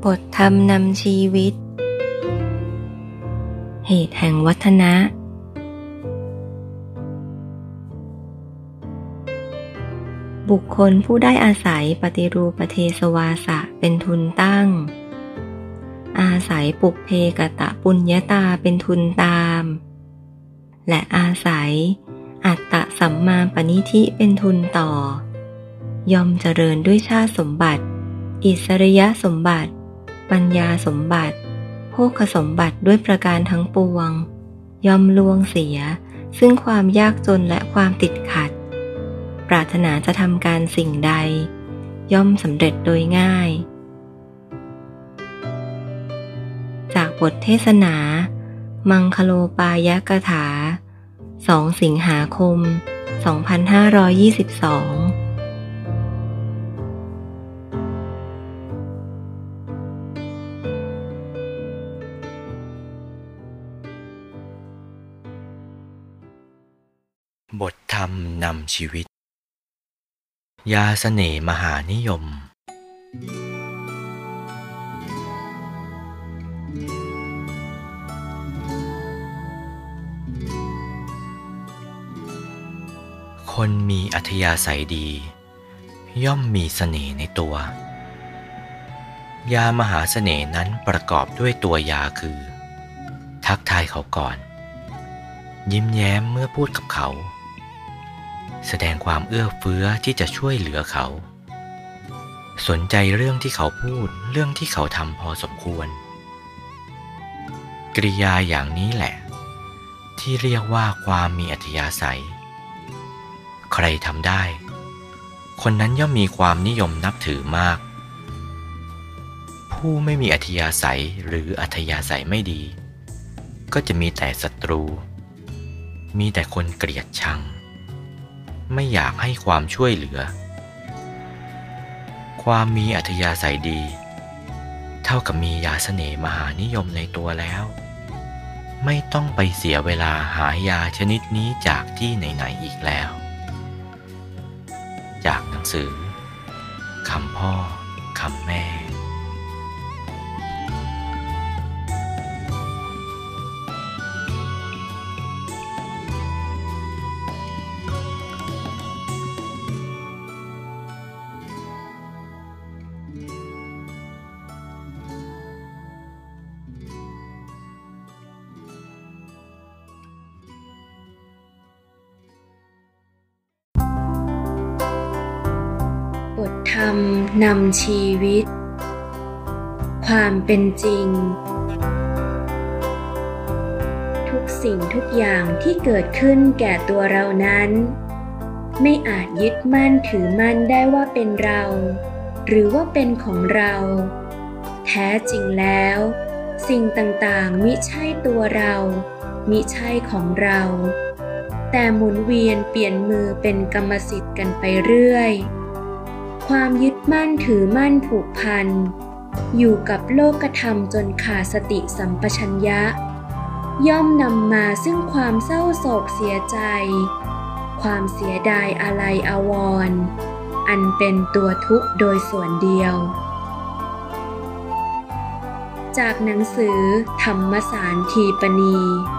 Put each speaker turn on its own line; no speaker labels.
บทธรรมนำชีวิตเหตุแห่งวัฒนะบุคคลผู้ได้อาศัยปฏิรูปเทศวาสะเป็นทุนตั้งอาศัยปุพเพกตปุญญาตาเป็นทุนตามและอาศัยอัตตสัมมาปณิธิเป็นทุนต่อย่อมเจริญด้วยชาติสมบัติอิสริยสมบัติปัญญาสมบัติโภคสมบัติด้วยประการทั้งปวงย่อมล่วงเสียซึ่งความยากจนและความติดขัดปรารถนาจะทำการสิ่งใดย่อมสำเร็จโดยง่ายจากบทเทศนามังคโลปายกถา2 สิงหาคม 2522
บทธรรมนำชีวิตยาเสน่ห์มหานิยมคนมีอัธยาศัยดีย่อมมีเสน่ห์ในตัวยามหาเสน่ห์นั้นประกอบด้วยตัวยาคือทักทายเขาก่อนยิ้มแย้มเมื่อพูดกับเขาแสดงความเอื้อเฟื้อที่จะช่วยเหลือเขาสนใจเรื่องที่เขาพูดเรื่องที่เขาทำพอสมควรกริยาอย่างนี้แหละที่เรียกว่าความมีอัธยาศัยใครทำได้คนนั้นย่อมมีความนิยมนับถือมากผู้ไม่มีอัธยาศัยหรืออัธยาศัยไม่ดีก็จะมีแต่ศัตรูมีแต่คนเกลียดชังไม่อยากให้ความช่วยเหลือความมีอัธยาศัยดีเท่ากับมียาเสน่ห์มหานิยมในตัวแล้วไม่ต้องไปเสียเวลาหายาชนิดนี้จากที่ไหนๆอีกแล้วจากหนังสือคำพ่อคำแม่
บทธรรมนำชีวิตความเป็นจริงทุกสิ่งทุกอย่างที่เกิดขึ้นแก่ตัวเรานั้นไม่อาจยึดมั่นถือมั่นได้ว่าเป็นเราหรือว่าเป็นของเราแท้จริงแล้วสิ่งต่างๆมิใช่ตัวเรามิใช่ของเราแต่หมุนเวียนเปลี่ยนมือเป็นกรรมสิทธิ์กันไปเรื่อยความยึดมั่นถือมั่นผูกพันอยู่กับโลกธรรมจนขาดสติสัมปชัญญะย่อมนำมาซึ่งความเศร้าโศกเสียใจความเสียดายอาลัยอาวรณ์อันเป็นตัวทุกข์โดยส่วนเดียวจากหนังสือธรรมสารทีปณี